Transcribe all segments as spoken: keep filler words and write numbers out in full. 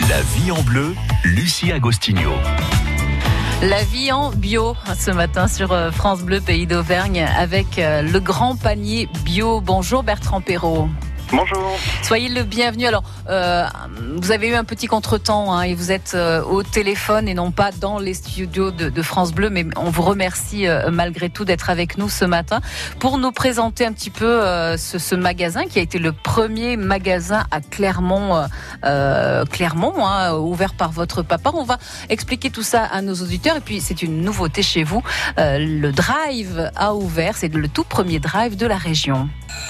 La vie en bleu, Lucie Agostinho. La vie en bio, ce matin sur France Bleu Pays d'Auvergne avec le grand panier bio. Bonjour Bertrand Perrault. Bonjour. Soyez le bienvenu. Alors, euh, vous avez eu un petit contretemps hein, et vous êtes euh, au téléphone et non pas dans les studios de, de France Bleu, mais on vous remercie euh, malgré tout d'être avec nous ce matin pour nous présenter un petit peu euh, ce, ce magasin qui a été le premier magasin à Clermont, euh, Clermont, hein, ouvert par votre papa. On va expliquer tout ça à nos auditeurs et puis c'est une nouveauté chez vous. Euh, le Drive a ouvert, c'est le tout premier Drive de la région.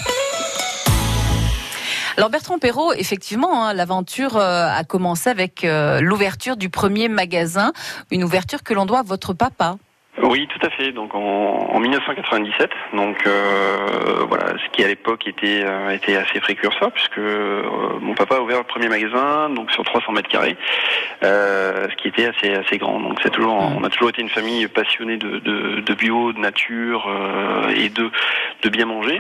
Alors Bertrand Perrault, effectivement, hein, l'aventure euh, a commencé avec euh, l'ouverture du premier magasin, une ouverture que l'on doit à votre papa. Oui, tout à fait. Donc en, en dix-neuf cent quatre-vingt-dix-sept, donc euh, voilà, ce qui à l'époque était euh, était assez précurseur, puisque euh, mon papa a ouvert le premier magasin, donc sur trois cents mètres carrés, euh, ce qui était assez assez grand. Donc c'est toujours, on a toujours été une famille passionnée de de, de bio, de nature euh, et de de bien manger.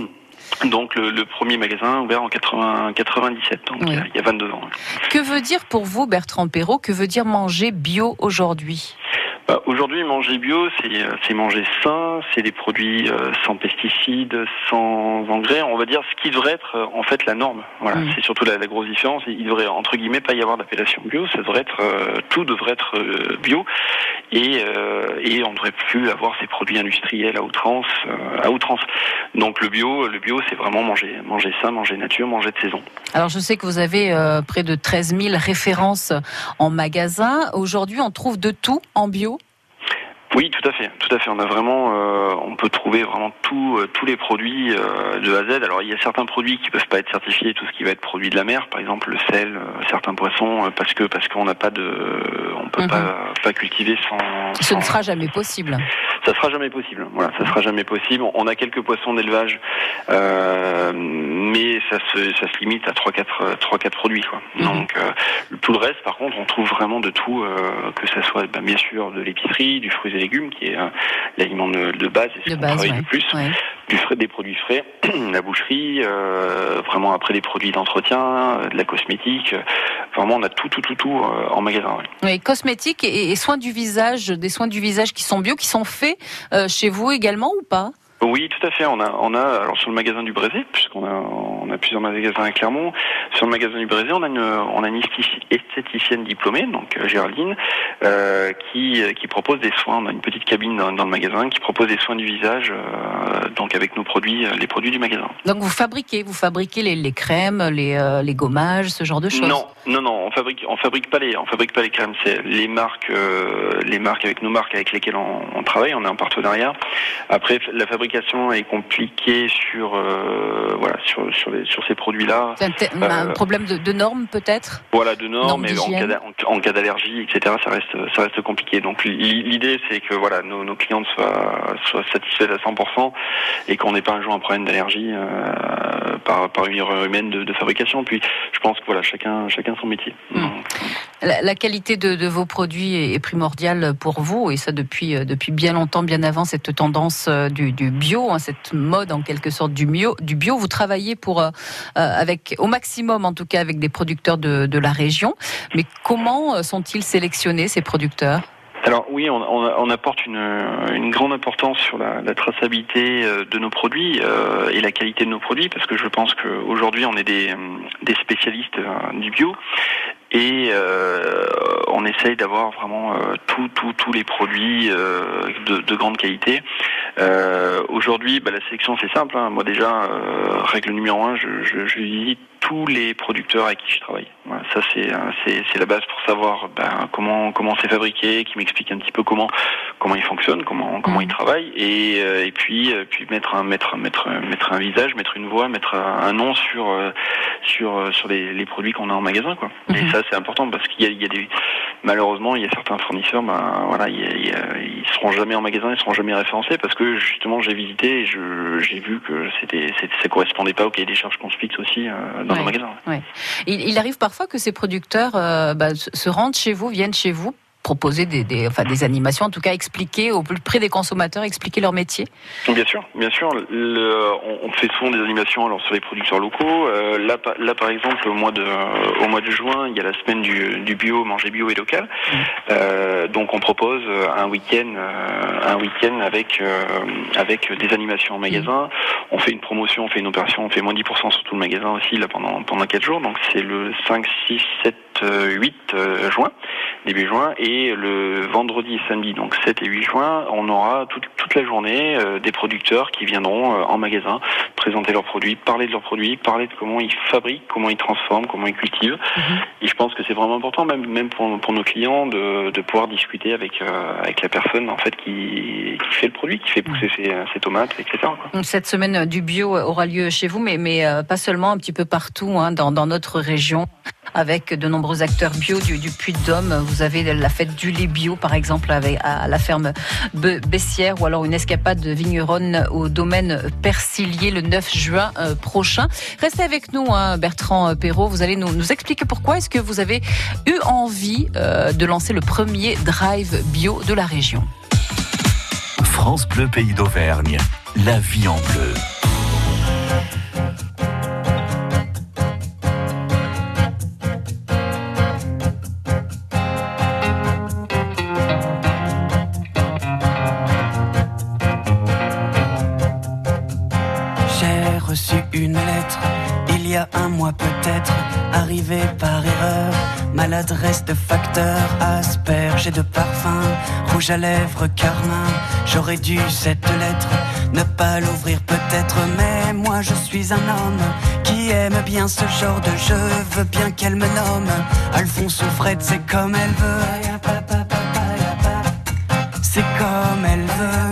Donc le, le premier magasin ouvert en quatre-vingts, quatre-vingt-dix-sept, donc oui. il y a vingt-deux ans. Que veut dire pour vous, Bertrand Perrault, que veut dire manger bio aujourd'hui ? Bah, aujourd'hui, manger bio, c'est, c'est manger sain, c'est des produits euh, sans pesticides, sans engrais. On va dire ce qui devrait être euh, en fait la norme. Voilà, mmh. c'est surtout la, la grosse différence. Il devrait entre guillemets pas y avoir d'appellation bio. Ça devrait être euh, tout devrait être euh, bio et euh, et on ne devrait plus avoir ces produits industriels à outrance, euh, à outrance. Donc le bio, le bio, c'est vraiment manger, manger sain, manger nature, manger de saison. Alors je sais que vous avez euh, près de treize mille références en magasin. Aujourd'hui, on trouve de tout en bio. Oui, tout à fait, tout à fait. On a vraiment, euh, on peut trouver vraiment tout, euh, tous les produits euh, de A à Z. Alors il y a certains produits qui peuvent pas être certifiés, tout ce qui va être produit de la mer, par exemple le sel, euh, certains poissons, euh, parce que parce qu'on n'a pas de, on peut mm-hmm. pas pas cultiver sans. Ce sans, ne sera jamais possible. Ça sera jamais possible. Voilà, ça sera jamais possible. On a quelques poissons d'élevage, euh, mais ça se ça se limite à trois quatre trois quatre produits quoi. Mm-hmm. Donc euh, tout le reste, par contre, on trouve vraiment de tout, euh, que ça soit bah, bien sûr de l'épicerie, du fruits et légumes, qui est euh, l'aliment de, de base et ce de qu'on base, travaille ouais. le plus, ouais. du frais, des produits frais, la boucherie, euh, vraiment après des produits d'entretien, euh, de la cosmétique, euh, vraiment on a tout, tout, tout, tout euh, en magasin. Ouais. Oui, cosmétiques et, et soins du visage, des soins du visage qui sont bio, qui sont faits euh, chez vous également ou pas ? Oui, tout à fait. On a, on a, alors sur le magasin du Brézé, puisqu'on a, on a plusieurs magasins à Clermont. Sur le magasin du Brézé, on a une, on a une esthéticienne diplômée, donc euh, Géraldine, euh, qui, qui propose des soins. On a une petite cabine dans, dans le magasin qui propose des soins du visage, euh, donc avec nos produits, les produits du magasin. Donc vous fabriquez, vous fabriquez les, les crèmes, les, euh, les gommages, ce genre de choses. Non, non, non. On fabrique, on fabrique pas les, on fabrique pas les crèmes. C'est les marques, euh, les marques avec nos marques avec lesquelles on, on travaille. On est en partenariat. Après, la fabrication est compliquée sur euh, voilà sur sur les sur ces produits-là. C'est un, te- euh, un problème de, de normes peut-être. Voilà, de normes, normes mais en cas, en, en cas d'allergie, et cetera. Ça reste ça reste compliqué. Donc l'idée c'est que voilà nos, nos clientes soient soient satisfaites à cent pour cent et qu'on n'ait pas un jour un problème d'allergie euh, par par une erreur humaine de, de fabrication. Puis je pense que voilà chacun chacun son métier. Mmh. Donc, la, la qualité de, de vos produits est, est primordiale pour vous et ça depuis depuis bien longtemps, bien avant cette tendance du, du bio, hein, cette mode en quelque sorte du bio. Du bio, vous travaillez pour euh, avec au maximum en tout cas avec des producteurs de, de la région. Mais comment sont-ils sélectionnés ces producteurs ? Alors oui, on, on, on apporte une, une grande importance sur la, la traçabilité de nos produits euh, et la qualité de nos produits, parce que je pense qu'aujourd'hui on est des, des spécialistes du bio. Et euh, on essaye d'avoir vraiment euh, tous tous tous les produits euh, de, de grande qualité. Euh, aujourd'hui, bah, la sélection c'est simple. Hein. Moi déjà, euh, règle numéro un, je, je, je visite tous les producteurs avec qui je travaille. Voilà, ça c'est c'est c'est la base pour savoir ben, comment comment c'est fabriqué, qui m'explique un petit peu comment comment il fonctionne, comment comment il travaille, et euh, et puis euh, puis mettre un mettre mettre mettre un visage, mettre une voix, mettre un, un nom sur euh, sur sur les, les produits qu'on a en magasin quoi. Mm-hmm. Et ça c'est important parce qu'il y a il y a des malheureusement il y a certains fournisseurs ben voilà il y a, il y a, ils seront jamais en magasin, ils seront jamais référencés parce que justement j'ai visité et je j'ai vu que c'était, c'était ça correspondait pas au cahier des charges qu'on se fixe aussi euh, dans ouais, nos magasins. Ouais. Il, il arrive parfois que ces producteurs euh, bah, se rendent chez vous, viennent chez vous proposer des, des, enfin, des animations, en tout cas expliquer au plus près des consommateurs, expliquer leur métier. Bien sûr, bien sûr. Le, on, on fait souvent des animations alors sur les producteurs locaux. Euh, là, là, par exemple, au mois de, au mois de juin, il y a la semaine du, du bio, manger bio et local. Mmh. Euh, donc, on propose un week-end, euh, un week-end avec euh, avec des animations en magasin. Mmh. On fait une promotion, on fait une opération, on fait moins dix pour cent sur tout le magasin aussi là pendant pendant quatre jours. Donc, c'est le cinq, six, sept, huit juin, début juin, et le vendredi et samedi, donc sept et huit juin, on aura toute, toute la journée euh, des producteurs qui viendront euh, en magasin présenter leurs produits, parler de leurs produits, parler de comment ils fabriquent, comment ils transforment, comment ils cultivent. Mmh. Et je pense que c'est vraiment important, même, même pour, pour nos clients, de, de pouvoir discuter avec, euh, avec la personne en fait qui, qui fait le produit, qui fait pousser mmh. ses, ses tomates, et cetera. Quoi. Cette semaine du bio aura lieu chez vous, mais, mais euh, pas seulement, un petit peu partout hein, dans, dans notre région. Avec de nombreux acteurs bio du, du Puy-de-Dôme. Vous avez la fête du lait bio, par exemple, avec, à la ferme Bessières, ou alors une escapade de vigneronne au domaine Persilier le neuf juin euh, prochain. Restez avec nous, hein, Bertrand Perrault. Vous allez nous, nous expliquer pourquoi est-ce que vous avez eu envie euh, de lancer le premier drive bio de la région. France Bleu Pays d'Auvergne, la vie en bleu. Une lettre, il y a un mois peut-être, arrivée par erreur, maladresse de facteur, asperge et de parfum, rouge à lèvres, carmin. J'aurais dû cette lettre ne pas l'ouvrir peut-être, mais moi je suis un homme qui aime bien ce genre de jeu, veux bien qu'elle me nomme Alphonse ou Fred, c'est comme elle veut, c'est comme elle veut.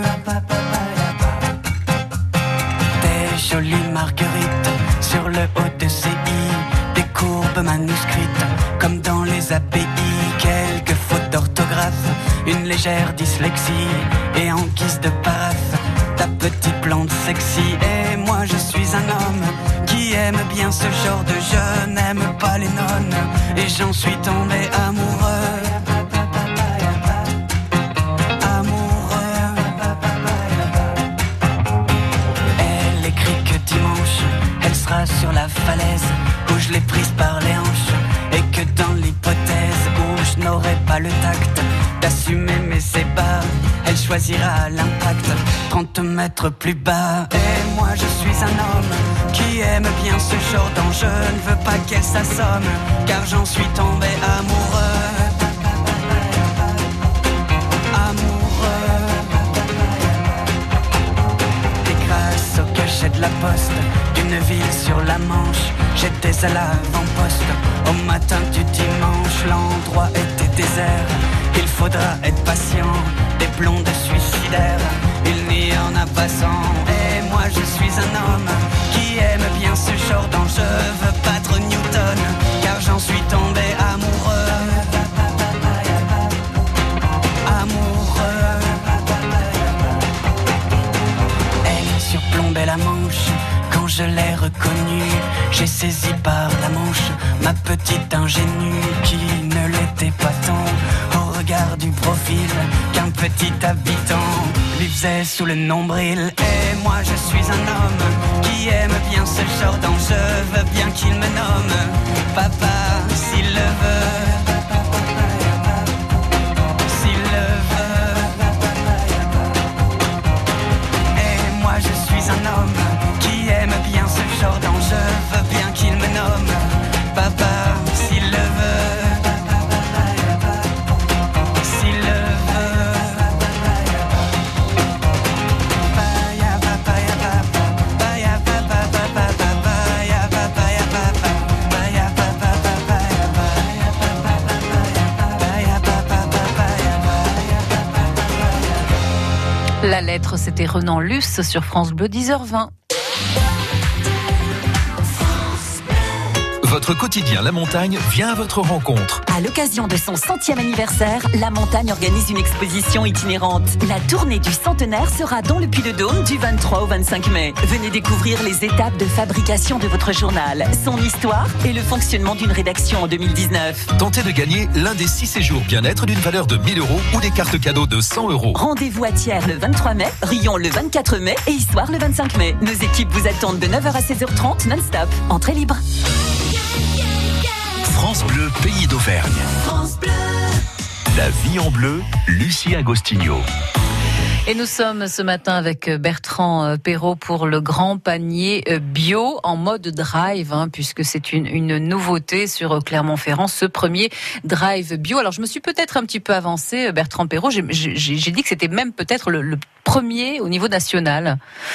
Jolie marguerite sur le haut de ses i, des courbes manuscrites comme dans les A P I, quelques fautes d'orthographe, une légère dyslexie et en guise de paraphe ta petite plante sexy. Et moi je suis un homme qui aime bien ce genre de jeu, n'aime pas les nonnes et j'en suis tombé amoureux. Sur la falaise où je l'ai prise par les hanches, et que dans l'hypothèse où je n'aurai pas le tact d'assumer mes ébats, elle choisira l'impact trente mètres plus bas. Et moi je suis un homme qui aime bien ce genre d'enjeu, ne veux pas qu'elle s'assomme car j'en suis tombé amoureux. Amoureux. Et grâce au cachet de la poste d'une ville sur la Manche, j'étais à l'avant-poste. Au matin du dimanche, l'endroit était désert. Il faudra être patient, des blondes suicidaires, il n'y en a pas cent. Et moi je suis un homme qui aime bien ce genre d'enjeu, veux battre Newton car j'en suis tombé amoureux. Amoureux. Elle surplombait la Manche. Quand je l'ai reconnue, j'ai saisi par la manche ma petite ingénue qui ne l'était pas tant au regard du profil qu'un petit habitant lui faisait sous le nombril. Et moi je suis un homme qui aime bien ce genre d'enjeu, veux bien qu'il me nomme papa s'il le veut. S'il le veut. Et moi je suis un homme qui aime bien ce genre d'enjeu, veux bien qu'il me nomme papa s'il le veut. S'il le veut. Baya baya papa, baya baya papa, baya baya papa, baya baya papa, baya baya. La lettre, c'était Renan Luce sur France Bleu, dix heures vingt. Votre quotidien La Montagne vient à votre rencontre. À l'occasion de son centième anniversaire, La Montagne organise une exposition itinérante. La tournée du centenaire sera dans le Puy-de-Dôme du vingt-trois au vingt-cinq mai. Venez découvrir les étapes de fabrication de votre journal, son histoire et le fonctionnement d'une rédaction en deux mille dix-neuf. Tentez de gagner l'un des six séjours bien-être d'une valeur de mille euros ou des cartes cadeaux de cent euros. Rendez-vous à Thiers le vingt-trois mai, Rion le vingt-quatre mai et Issoire le vingt-cinq mai. Nos équipes vous attendent de neuf heures à seize heures trente non-stop. Entrée libre. France Bleu, pays d'Auvergne. France Bleu. La vie en bleu, Lucie Agostinho. Et nous sommes ce matin avec Bertrand Perrault pour le grand panier bio en mode drive, hein, puisque c'est une, une nouveauté sur Clermont-Ferrand, ce premier drive bio. Alors je me suis peut-être un petit peu avancé, Bertrand Perrault, j'ai, j'ai, j'ai dit que c'était même peut-être le, le premier au niveau national.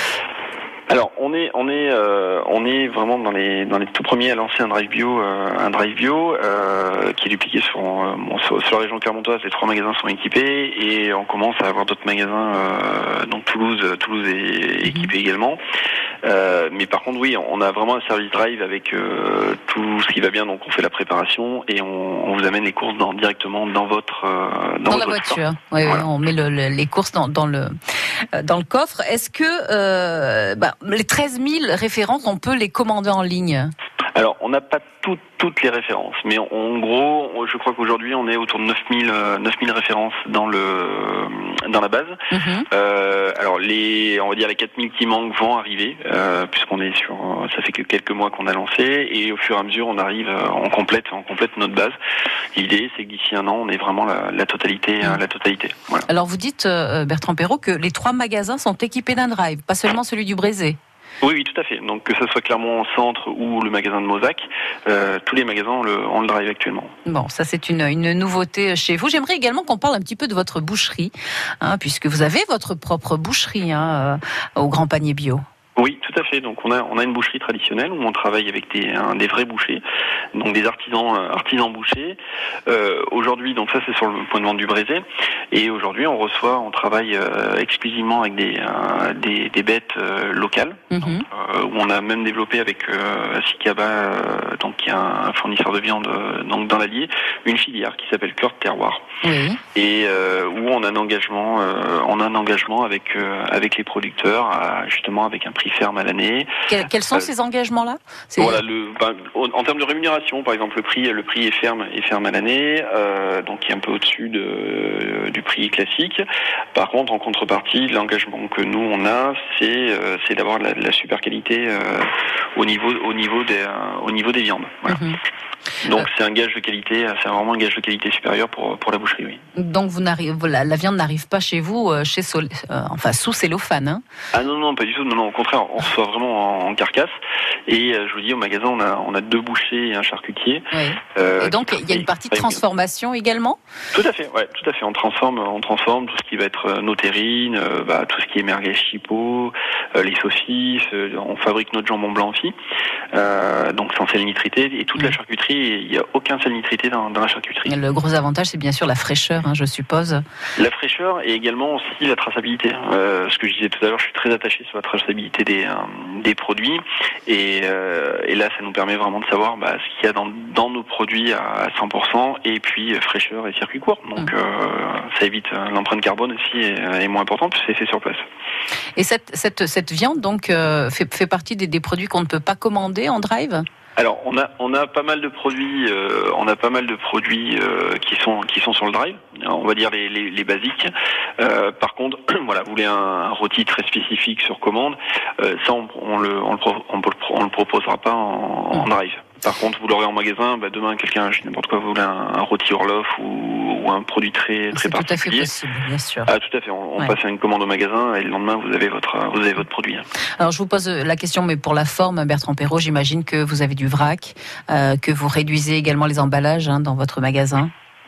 Alors on est on est euh, on est vraiment dans les dans les tout premiers à lancer un drive bio euh, un drive bio euh, qui est dupliqué sur, euh, bon, sur sur la région clermontoise. Les trois magasins sont équipés et on commence à avoir d'autres magasins. Euh, donc Toulouse Toulouse est équipé également. Euh, mais par contre oui, on a vraiment un service drive avec euh, tout ce qui va bien. Donc on fait la préparation et on, on vous amène les courses dans, directement dans votre euh, dans, dans la votre voiture. Oui, voilà. Oui, on met le, le, les courses dans, dans le dans le coffre. Est-ce que euh, bah, les treize mille références, on peut les commander en ligne? Alors, on n'a pas tout, toutes les références, mais en, en gros, je crois qu'aujourd'hui, on est autour de neuf mille références dans le dans la base. Mmh. Euh, alors, les, on va dire les quatre mille qui manquent vont arriver, euh, puisqu'on est sur, ça fait que quelques mois qu'on a lancé, et au fur et à mesure, on arrive, on complète, on complète notre base. L'idée, c'est que d'ici un an, on ait vraiment la, la totalité, mmh. la totalité. Voilà. Alors, vous dites, euh, Bertrand Perrault, que les trois magasins sont équipés d'un drive, pas seulement celui du Brézé. Oui, oui, tout à fait. Donc que ce soit Clermont Centre ou le magasin de Mozac, euh, tous les magasins ont le, ont le drive actuellement. Bon, ça c'est une, une nouveauté chez vous. J'aimerais également qu'on parle un petit peu de votre boucherie, hein, puisque vous avez votre propre boucherie hein, euh, au Grand Panier Bio. Oui, tout à fait. Donc on a on a une boucherie traditionnelle où on travaille avec des un, des vrais bouchers, donc des artisans artisans bouchers. Euh, aujourd'hui, donc ça c'est sur le point de vente du Brézé. Et aujourd'hui, on reçoit, on travaille euh, exclusivement avec des euh, des, des bêtes euh, locales. Mm-hmm. Donc, euh, où on a même développé avec euh, Sikaba, euh, donc qui est un fournisseur de viande euh, donc dans l'Allier, une filière qui s'appelle Cœur de Terroir. Oui. Et euh, où on a un engagement, euh, on a un engagement avec euh, avec les producteurs, à, justement avec un prix ferme à l'année. Quels, quels sont euh, ces engagements-là? C'est... Voilà, le, ben, en termes de rémunération, par exemple, le prix, le prix est ferme, est ferme à l'année, euh, donc qui est un peu au-dessus de, euh, du prix classique. Par contre, en contrepartie, l'engagement que nous on a, c'est, euh, c'est d'avoir la, la super qualité euh, au niveau, au niveau des, euh, au niveau des viandes. Voilà. Mm-hmm. Donc euh, c'est un gage de qualité, c'est vraiment un gage de qualité supérieure pour pour la boucherie, oui. Donc vous n'arrivez, la, la viande n'arrive pas chez vous, chez Sol, euh, enfin sous cellophane, hein? Ah non non, pas du tout, non non, au contraire, on reçoit vraiment en, en carcasse. Et euh, je vous dis, au magasin, on a on a deux bouchers et un charcutier. Oui. Euh, et donc il y a une partie de transformation également? Tout à fait, ouais, tout à fait. On transforme, on transforme tout ce qui va être nos terrines, euh, bah, tout ce qui est merguez chipot, euh, les saucisses. Euh, on fabrique notre jambon blanc aussi, euh, donc sans sel nitrité et toute mmh. la charcuterie. Il n'y a aucun sel nitrité dans, dans la charcuterie. Le gros avantage, c'est bien sûr la fraîcheur, hein, je suppose. La fraîcheur et également aussi la traçabilité. Euh, ce que je disais tout à l'heure, je suis très attaché sur la traçabilité des, euh, des produits. Et, euh, et là, ça nous permet vraiment de savoir bah, ce qu'il y a dans, dans nos produits à cent pour cent. Et puis, fraîcheur et circuit court. Donc, mmh. euh, ça évite l'empreinte carbone aussi est, est moins importante puisque c'est fait sur place. Et cette, cette, cette viande donc, euh, fait, fait partie des, des produits qu'on ne peut pas commander en drive ? Alors on a on a pas mal de produits euh, on a pas mal de produits euh, qui sont qui sont sur le drive, on va dire les les, les basiques. Euh, par contre voilà, vous voulez un, un rôti très spécifique sur commande, euh, ça on, on le on le on, on le proposera pas en, en drive. Par contre, vous l'aurez en magasin, bah demain quelqu'un, je sais n'importe quoi, vous voulez un, un rôti Orloff ou, ou un produit très très c'est particulier. Tout à fait possible, bien sûr. Ah tout à fait, on, on ouais. passe à une commande au magasin et le lendemain vous avez votre vous avez votre produit. Alors je vous pose la question, mais pour la forme, Bertrand Perrault, j'imagine que vous avez du vrac, euh, que vous réduisez également les emballages hein, dans votre magasin.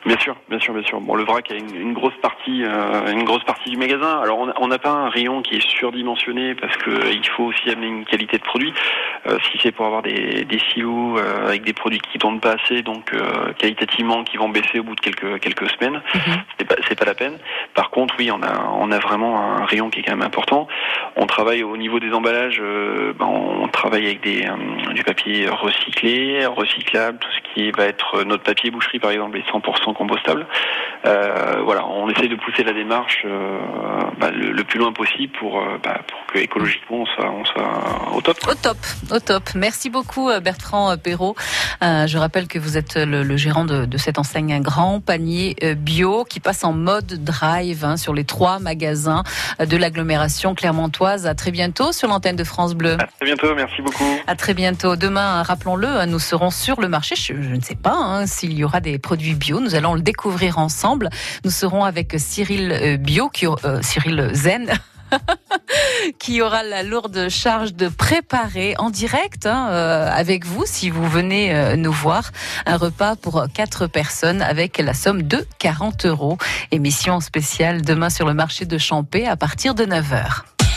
Bien sûr, bien sûr, bien sûr. Bon, le vrac a une, une grosse partie, euh, une grosse partie du magasin. Alors, on n'a pas un rayon qui est surdimensionné parce que euh, il faut aussi amener une qualité de produit. Euh, si c'est pour avoir des, des silos euh, avec des produits qui tournent pas assez, donc euh, qualitativement qui vont baisser au bout de quelques quelques semaines, mm-hmm. c'est pas c'est pas la peine. Par contre, oui, on a on a vraiment un rayon qui est quand même important. On travaille au niveau des emballages. Euh, ben, on travaille avec des euh, du papier recyclé, recyclable, tout ce qui va être notre papier boucherie par exemple est cent pour cent compostable. Euh, voilà, on essaie de pousser la démarche euh, bah, le, le plus loin possible pour, euh, bah, pour que écologiquement on soit, on soit au top. Au top, au top. Merci beaucoup Bertrand Perrault. Euh, je rappelle que vous êtes le, le gérant de, de cette enseigne Un Grand Panier Bio qui passe en mode drive hein, sur les trois magasins de l'agglomération clermontoise. À très bientôt sur l'antenne de France Bleu. À très bientôt, merci beaucoup. À très bientôt. Demain, rappelons-le, nous serons sur le marché. Je, je ne sais pas hein, s'il y aura des produits bio. Nous allons le découvrir ensemble. Nous serons avec Cyril Bio, qui, euh, Cyril Zen. qui aura la lourde charge de préparer en direct hein, euh, avec vous, si vous venez euh, nous voir, un repas pour quatre personnes avec la somme de quarante euros. Émission spéciale demain sur le marché de Champé à partir de neuf heures.